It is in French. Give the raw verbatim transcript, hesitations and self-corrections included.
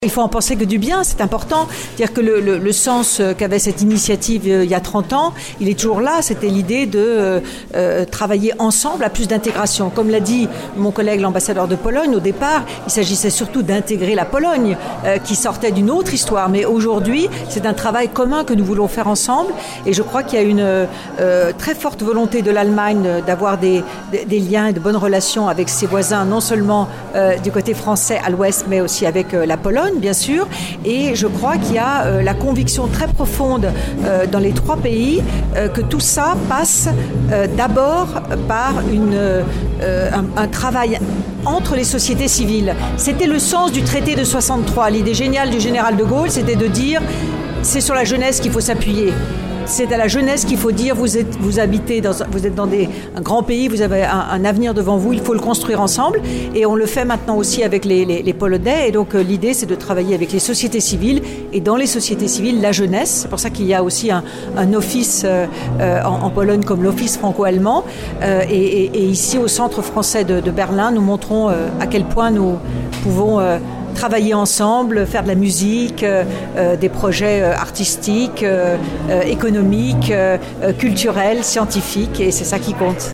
Il faut en penser que du bien, c'est important. C'est-à-dire que le, le, le sens qu'avait cette initiative euh, il y a trente ans, il est toujours là. C'était l'idée de euh, euh, travailler ensemble à plus d'intégration. Comme l'a dit mon collègue l'ambassadeur de Pologne, au départ, il s'agissait surtout d'intégrer la Pologne, euh, qui sortait d'une autre histoire. Mais aujourd'hui, c'est un travail commun que nous voulons faire ensemble. Et je crois qu'il y a une euh, très forte volonté de l'Allemagne d'avoir des, des, des liens et de bonnes relations avec ses voisins, non seulement euh, du côté français à l'ouest, mais aussi avec euh, la Pologne, bien sûr, et je crois qu'il y a euh, la conviction très profonde euh, dans les trois pays euh, que tout ça passe euh, d'abord par une, euh, un, un travail entre les sociétés civiles. C'était le sens du traité de soixante-trois. L'idée géniale du général de Gaulle, c'était de dire c'est sur la jeunesse qu'il faut s'appuyer. C'est à la jeunesse qu'il faut dire vous êtes, vous habitez dans, vous êtes dans des, un grand pays, vous avez un, un avenir devant vous, il faut le construire ensemble. Et on le fait maintenant aussi avec les, les, les Polonais. Et donc euh, l'idée, c'est de travailler avec les sociétés civiles. Et dans les sociétés civiles, la jeunesse. C'est pour ça qu'il y a aussi un, un office euh, en, en Pologne comme l'office franco-allemand. Euh, et, et, et ici, au Centre français de, de Berlin, nous montrons euh, à quel point nous pouvons Euh, travailler ensemble, faire de la musique, euh, euh, des projets euh, artistiques, euh, euh, économiques, euh, culturels, scientifiques, et c'est ça qui compte.